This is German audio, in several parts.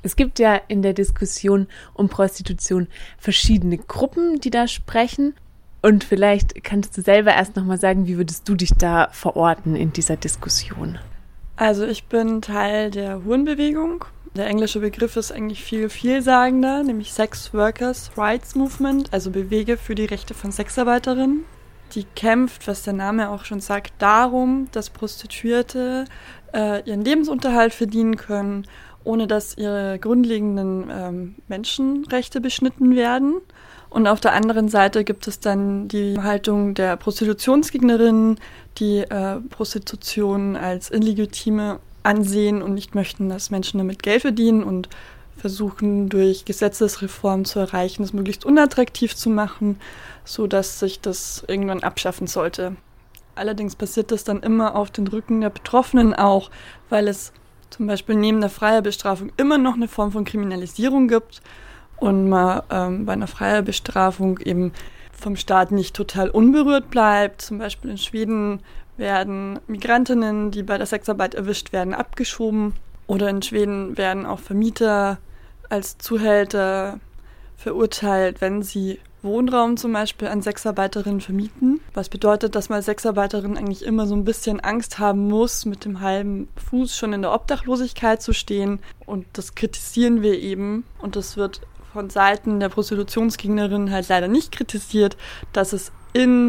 Es gibt ja in der Diskussion um Prostitution verschiedene Gruppen, die da sprechen. Und vielleicht kannst du selber erst nochmal sagen, wie würdest du dich da verorten in dieser Diskussion? Also ich bin Teil der Hurenbewegung. Der englische Begriff ist eigentlich viel vielsagender, nämlich Sex Workers Rights Movement, also Bewege für die Rechte von Sexarbeiterinnen. Die kämpft, was der Name auch schon sagt, darum, dass Prostituierte ihren Lebensunterhalt verdienen können, ohne dass ihre grundlegenden Menschenrechte beschnitten werden. Und auf der anderen Seite gibt es dann die Haltung der Prostitutionsgegnerinnen, die Prostitution als illegitime ansehen und nicht möchten, dass Menschen damit Geld verdienen und versuchen durch Gesetzesreformen zu erreichen, es möglichst unattraktiv zu machen, sodass sich das irgendwann abschaffen sollte. Allerdings passiert das dann immer auf den Rücken der Betroffenen auch, weil es zum Beispiel neben der Freiheitsbestrafung immer noch eine Form von Kriminalisierung gibt und man bei einer Freiheitsbestrafung eben vom Staat nicht total unberührt bleibt. Zum Beispiel in Schweden werden Migrantinnen, die bei der Sexarbeit erwischt werden, abgeschoben. Oder in Schweden werden auch Vermieter als Zuhälter verurteilt, wenn sie Wohnraum zum Beispiel an Sexarbeiterinnen vermieten. Was bedeutet, dass man als Sexarbeiterin eigentlich immer so ein bisschen Angst haben muss, mit dem halben Fuß schon in der Obdachlosigkeit zu stehen. Und das kritisieren wir eben. Und das wird von Seiten der Prostitutionsgegnerinnen halt leider nicht kritisiert, dass es in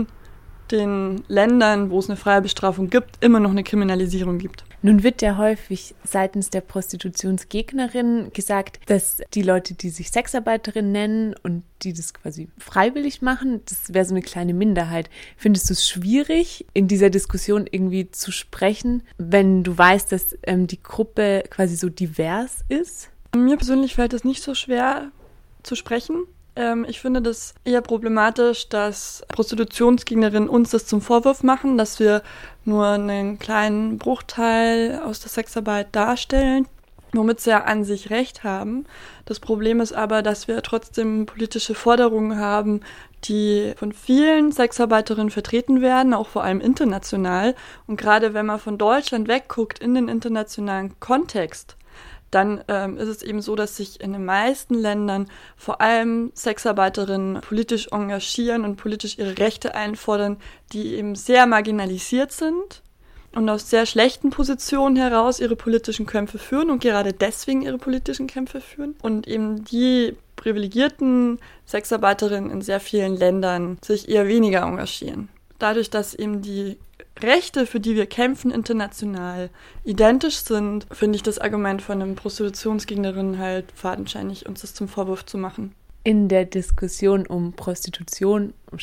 den Ländern, wo es eine Freiheitsbestrafung gibt, immer noch eine Kriminalisierung gibt. Nun wird ja häufig seitens der Prostitutionsgegnerinnen gesagt, dass die Leute, die sich Sexarbeiterinnen nennen und die das quasi freiwillig machen, das wäre so eine kleine Minderheit. Findest du es schwierig, in dieser Diskussion irgendwie zu sprechen, wenn du weißt, dass die Gruppe quasi so divers ist? Mir persönlich fällt es nicht so schwer zu sprechen. Ich finde das eher problematisch, dass Prostitutionsgegnerinnen uns das zum Vorwurf machen, dass wir nur einen kleinen Bruchteil aus der Sexarbeit darstellen, womit sie ja an sich recht haben. Das Problem ist aber, dass wir trotzdem politische Forderungen haben, die von vielen Sexarbeiterinnen vertreten werden, auch vor allem international. Und gerade wenn man von Deutschland wegguckt in den internationalen Kontext, dann ist es eben so, dass sich in den meisten Ländern vor allem Sexarbeiterinnen politisch engagieren und politisch ihre Rechte einfordern, die eben sehr marginalisiert sind und aus sehr schlechten Positionen heraus ihre politischen Kämpfe führen und gerade deswegen ihre politischen Kämpfe führen. Und eben die privilegierten Sexarbeiterinnen in sehr vielen Ländern sich eher weniger engagieren. Dadurch, dass eben die Rechte, für die wir kämpfen, international identisch sind, finde ich das Argument von einem Prostitutionsgegnerin halt fadenscheinig, uns das zum Vorwurf zu machen. In der Diskussion um Prostitution, um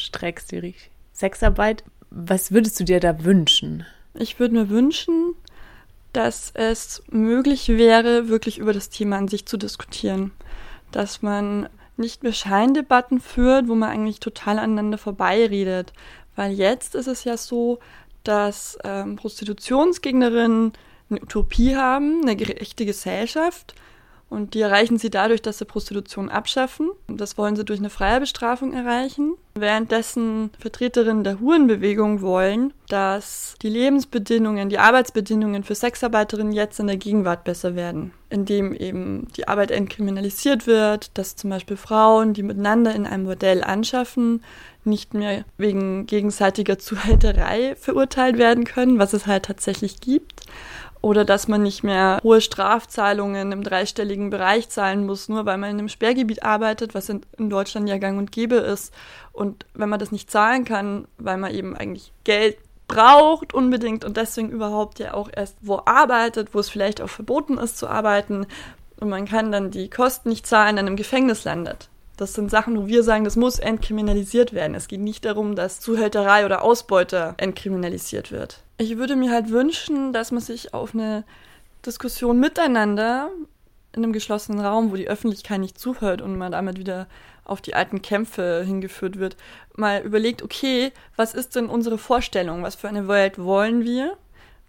Sexarbeit, was würdest du dir da wünschen? Ich würde mir wünschen, dass es möglich wäre, wirklich über das Thema an sich zu diskutieren. Dass man nicht mehr Scheindebatten führt, wo man eigentlich total aneinander vorbeiredet. Weil jetzt ist es ja so, dass Prostitutionsgegnerinnen eine Utopie haben, eine gerechte Gesellschaft. Und die erreichen sie dadurch, dass sie Prostitution abschaffen. Und das wollen sie durch eine Freiheitsbestrafung erreichen. Währenddessen Vertreterinnen der Hurenbewegung wollen, dass die Lebensbedingungen, die Arbeitsbedingungen für Sexarbeiterinnen jetzt in der Gegenwart besser werden. Indem eben die Arbeit entkriminalisiert wird, dass zum Beispiel Frauen, die miteinander in einem Bordell anschaffen, nicht mehr wegen gegenseitiger Zuhälterei verurteilt werden können, was es halt tatsächlich gibt. Oder dass man nicht mehr hohe Strafzahlungen im dreistelligen Bereich zahlen muss, nur weil man in einem Sperrgebiet arbeitet, was in Deutschland ja gang und gäbe ist. Und wenn man das nicht zahlen kann, weil man eben eigentlich Geld braucht unbedingt und deswegen überhaupt ja auch erst wo arbeitet, wo es vielleicht auch verboten ist zu arbeiten und man kann dann die Kosten nicht zahlen, dann im Gefängnis landet. Das sind Sachen, wo wir sagen, das muss entkriminalisiert werden. Es geht nicht darum, dass Zuhälterei oder Ausbeute entkriminalisiert wird. Ich würde mir halt wünschen, dass man sich auf eine Diskussion miteinander in einem geschlossenen Raum, wo die Öffentlichkeit nicht zuhört und man damit wieder auf die alten Kämpfe hingeführt wird, mal überlegt, okay, was ist denn unsere Vorstellung? Was für eine Welt wollen wir?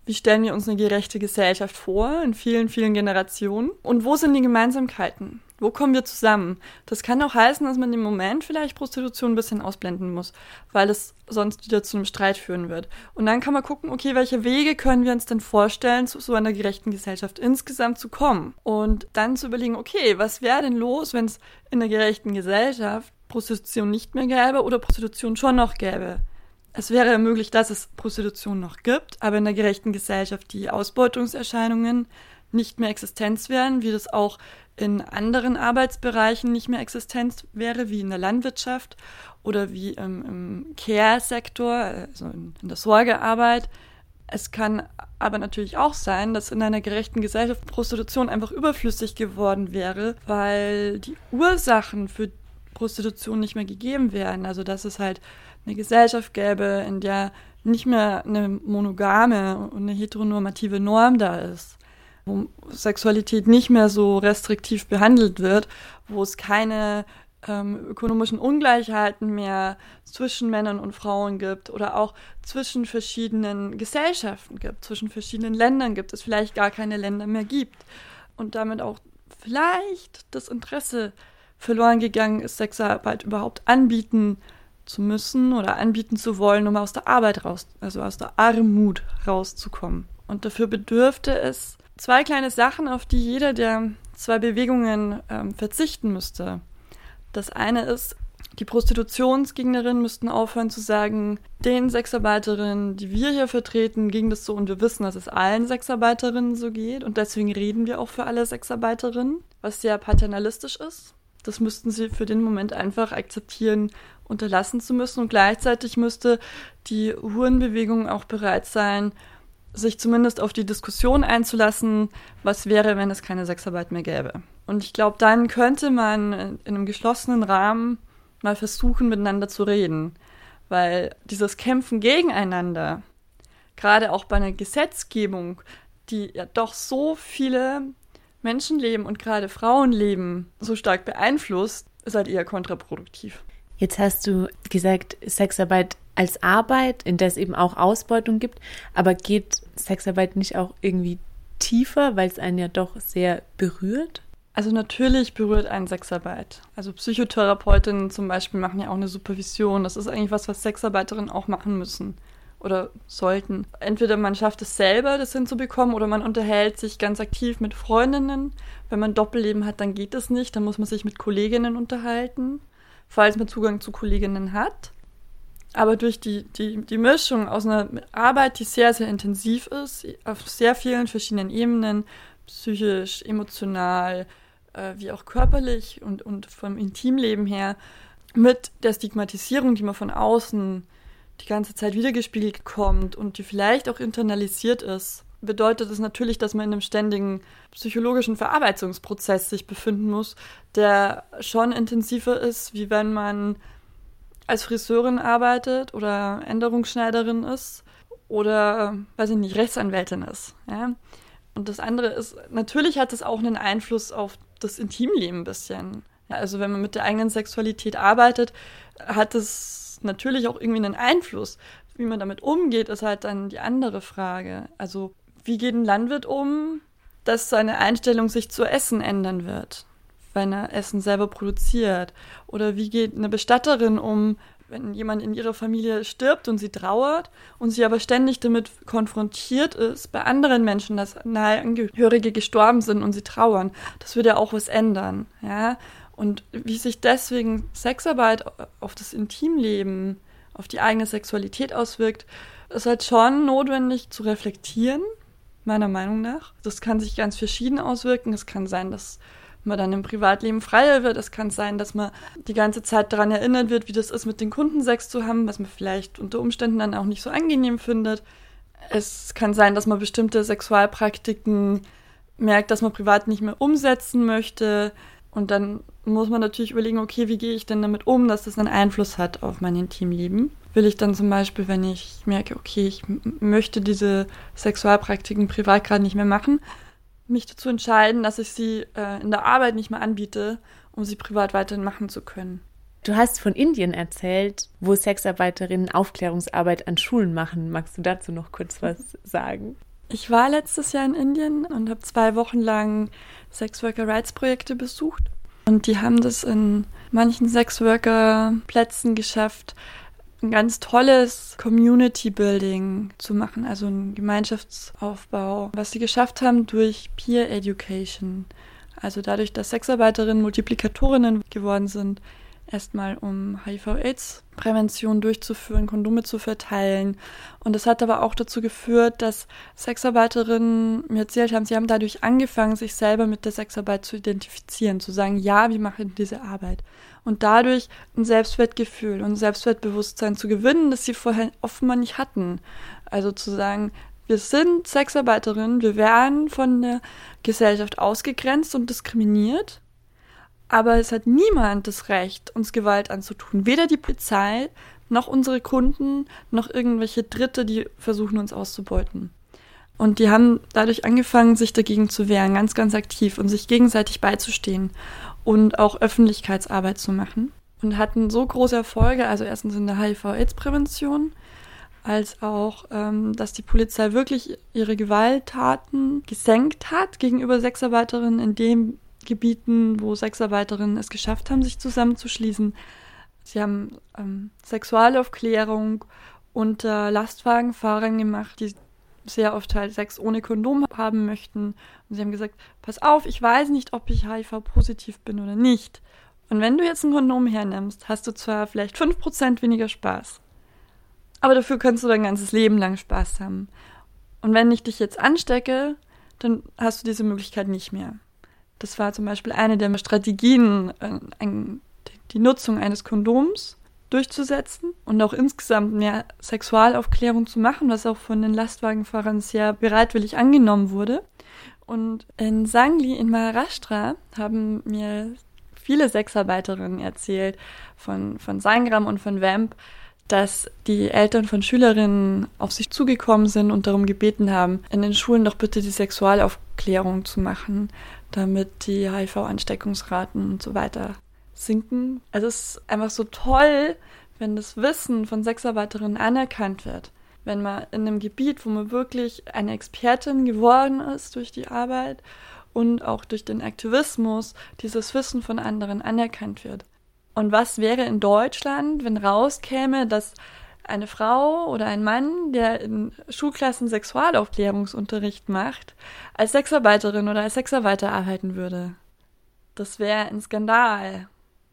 wie stellen wir uns eine gerechte Gesellschaft vor in vielen, vielen Generationen und wo sind die Gemeinsamkeiten? Wo kommen wir zusammen? Das kann auch heißen, dass man im Moment vielleicht Prostitution ein bisschen ausblenden muss, weil es sonst wieder zu einem Streit führen wird. Und dann kann man gucken, okay, welche Wege können wir uns denn vorstellen, zu so einer gerechten Gesellschaft insgesamt zu kommen? Und dann zu überlegen, okay, was wäre denn los, wenn es in einer gerechten Gesellschaft Prostitution nicht mehr gäbe oder Prostitution schon noch gäbe? Es wäre ja möglich, dass es Prostitution noch gibt, aber in einer gerechten Gesellschaft die Ausbeutungserscheinungen nicht mehr Existenz wären, wie das auch in anderen Arbeitsbereichen nicht mehr Existenz wäre, wie in der Landwirtschaft oder wie im Care-Sektor, also in der Sorgearbeit. Es kann aber natürlich auch sein, dass in einer gerechten Gesellschaft Prostitution einfach überflüssig geworden wäre, weil die Ursachen für Prostitution nicht mehr gegeben wären. Also dass es halt eine Gesellschaft gäbe, in der nicht mehr eine monogame und eine heteronormative Norm da ist, wo Sexualität nicht mehr so restriktiv behandelt wird, wo es keine ökonomischen Ungleichheiten mehr zwischen Männern und Frauen gibt oder auch zwischen verschiedenen Gesellschaften gibt, zwischen verschiedenen Ländern gibt, es vielleicht gar keine Länder mehr gibt und damit auch vielleicht das Interesse verloren gegangen ist, Sexarbeit überhaupt anbieten zu müssen oder anbieten zu wollen, um aus der Arbeit also aus der Armut rauszukommen. Und dafür bedürfte es 2 kleine Sachen, auf die jeder der 2 Bewegungen verzichten müsste. Das eine ist, die Prostitutionsgegnerinnen müssten aufhören zu sagen, den Sexarbeiterinnen, die wir hier vertreten, ging das so und wir wissen, dass es allen Sexarbeiterinnen so geht und deswegen reden wir auch für alle Sexarbeiterinnen, was sehr paternalistisch ist. Das müssten sie für den Moment einfach akzeptieren, unterlassen zu müssen und gleichzeitig müsste die Hurenbewegung auch bereit sein, sich zumindest auf die Diskussion einzulassen, was wäre, wenn es keine Sexarbeit mehr gäbe. Und ich glaube, dann könnte man in einem geschlossenen Rahmen mal versuchen, miteinander zu reden. Weil dieses Kämpfen gegeneinander, gerade auch bei einer Gesetzgebung, die ja doch so viele Menschenleben und gerade Frauenleben so stark beeinflusst, ist halt eher kontraproduktiv. Jetzt hast du gesagt, Sexarbeit als Arbeit, in der es eben auch Ausbeutung gibt, aber geht Sexarbeit nicht auch irgendwie tiefer, weil es einen ja doch sehr berührt? Also natürlich berührt einen Sexarbeit. Also Psychotherapeutinnen zum Beispiel machen ja auch eine Supervision. Das ist eigentlich was Sexarbeiterinnen auch machen müssen oder sollten. Entweder man schafft es selber, das hinzubekommen, oder man unterhält sich ganz aktiv mit Freundinnen. Wenn man Doppelleben hat, dann geht das nicht. Dann muss man sich mit Kolleginnen unterhalten, falls man Zugang zu Kolleginnen hat. Aber durch die Mischung aus einer Arbeit, die sehr, sehr intensiv ist, auf sehr vielen verschiedenen Ebenen, psychisch, emotional, wie auch körperlich und vom Intimleben her, mit der Stigmatisierung, die man von außen die ganze Zeit wiedergespiegelt bekommt und die vielleicht auch internalisiert ist, bedeutet es natürlich, dass man in einem ständigen psychologischen Verarbeitungsprozess sich befinden muss, der schon intensiver ist, wie wenn man als Friseurin arbeitet oder Änderungsschneiderin ist oder, weiß ich nicht, Rechtsanwältin ist. Ja? Und das andere ist, natürlich hat es auch einen Einfluss auf das Intimleben ein bisschen. Ja, also wenn man mit der eigenen Sexualität arbeitet, hat es natürlich auch irgendwie einen Einfluss. Wie man damit umgeht, ist halt dann die andere Frage. Also wie geht ein Landwirt um, dass seine Einstellung sich zu Essen ändern wird, wenn er Essen selber produziert? Oder wie geht eine Bestatterin um, wenn jemand in ihrer Familie stirbt und sie trauert und sie aber ständig damit konfrontiert ist, bei anderen Menschen, dass nahe Angehörige gestorben sind und sie trauern? Das würde ja auch was ändern, ja? Und wie sich deswegen Sexarbeit auf das Intimleben, auf die eigene Sexualität auswirkt, ist halt schon notwendig zu reflektieren, meiner Meinung nach. Das kann sich ganz verschieden auswirken. Es kann sein, dass man dann im Privatleben freier wird. Es kann sein, dass man die ganze Zeit daran erinnert wird, wie das ist, mit den Kunden Sex zu haben, was man vielleicht unter Umständen dann auch nicht so angenehm findet. Es kann sein, dass man bestimmte Sexualpraktiken merkt, dass man privat nicht mehr umsetzen möchte. Und dann muss man natürlich überlegen, okay, wie gehe ich denn damit um, dass das einen Einfluss hat auf mein Intimleben? Will ich dann zum Beispiel, wenn ich merke, okay, ich möchte diese Sexualpraktiken privat gerade nicht mehr machen, mich dazu entscheiden, dass ich sie in der Arbeit nicht mehr anbiete, um sie privat weiterhin machen zu können. Du hast von Indien erzählt, wo Sexarbeiterinnen Aufklärungsarbeit an Schulen machen. Magst du dazu noch kurz was sagen? Ich war letztes Jahr in Indien und habe 2 Wochen lang Sex-Worker-Rights-Projekte besucht. Und die haben das in manchen Sex-Worker-Plätzen geschafft, ein ganz tolles Community-Building zu machen, also einen Gemeinschaftsaufbau, was sie geschafft haben durch Peer Education. Also dadurch, dass Sexarbeiterinnen Multiplikatorinnen geworden sind, erstmal um HIV-AIDS-Prävention durchzuführen, Kondome zu verteilen. Und das hat aber auch dazu geführt, dass Sexarbeiterinnen mir erzählt haben, sie haben dadurch angefangen, sich selber mit der Sexarbeit zu identifizieren, zu sagen, ja, wir machen diese Arbeit. Und dadurch ein Selbstwertgefühl und Selbstwertbewusstsein zu gewinnen, das sie vorher offenbar nicht hatten. Also zu sagen, wir sind Sexarbeiterinnen, wir werden von der Gesellschaft ausgegrenzt und diskriminiert. Aber es hat niemand das Recht, uns Gewalt anzutun. Weder die Polizei, noch unsere Kunden, noch irgendwelche Dritte, die versuchen, uns auszubeuten. Und die haben dadurch angefangen, sich dagegen zu wehren, ganz, ganz aktiv und sich gegenseitig beizustehen und auch Öffentlichkeitsarbeit zu machen. Und hatten so große Erfolge, also erstens in der HIV-AIDS-Prävention, als auch, dass die Polizei wirklich ihre Gewalttaten gesenkt hat gegenüber Sexarbeiterinnen in dem Gebieten, wo Sexarbeiterinnen es geschafft haben, sich zusammenzuschließen. Sie haben Sexualaufklärung unter Lastwagenfahrern gemacht, die sehr oft halt Sex ohne Kondom haben möchten. Und sie haben gesagt, pass auf, ich weiß nicht, ob ich HIV-positiv bin oder nicht. Und wenn du jetzt ein Kondom hernimmst, hast du zwar vielleicht 5% weniger Spaß, aber dafür kannst du dein ganzes Leben lang Spaß haben. Und wenn ich dich jetzt anstecke, dann hast du diese Möglichkeit nicht mehr. Das war zum Beispiel eine der Strategien, die Nutzung eines Kondoms durchzusetzen und auch insgesamt mehr Sexualaufklärung zu machen, was auch von den Lastwagenfahrern sehr bereitwillig angenommen wurde. Und in Sangli in Maharashtra haben mir viele Sexarbeiterinnen erzählt, von Sangram und von Vamp, dass die Eltern von Schülerinnen auf sich zugekommen sind und darum gebeten haben, in den Schulen doch bitte die Sexualaufklärung zu machen, damit die HIV-Ansteckungsraten und so weiter sinken. Also es ist einfach so toll, wenn das Wissen von Sexarbeiterinnen anerkannt wird. Wenn man in einem Gebiet, wo man wirklich eine Expertin geworden ist durch die Arbeit und auch durch den Aktivismus, dieses Wissen von anderen anerkannt wird. Und was wäre in Deutschland, wenn rauskäme, dass eine Frau oder ein Mann, der in Schulklassen Sexualaufklärungsunterricht macht, als Sexarbeiterin oder als Sexarbeiter arbeiten würde? Das wäre ein Skandal.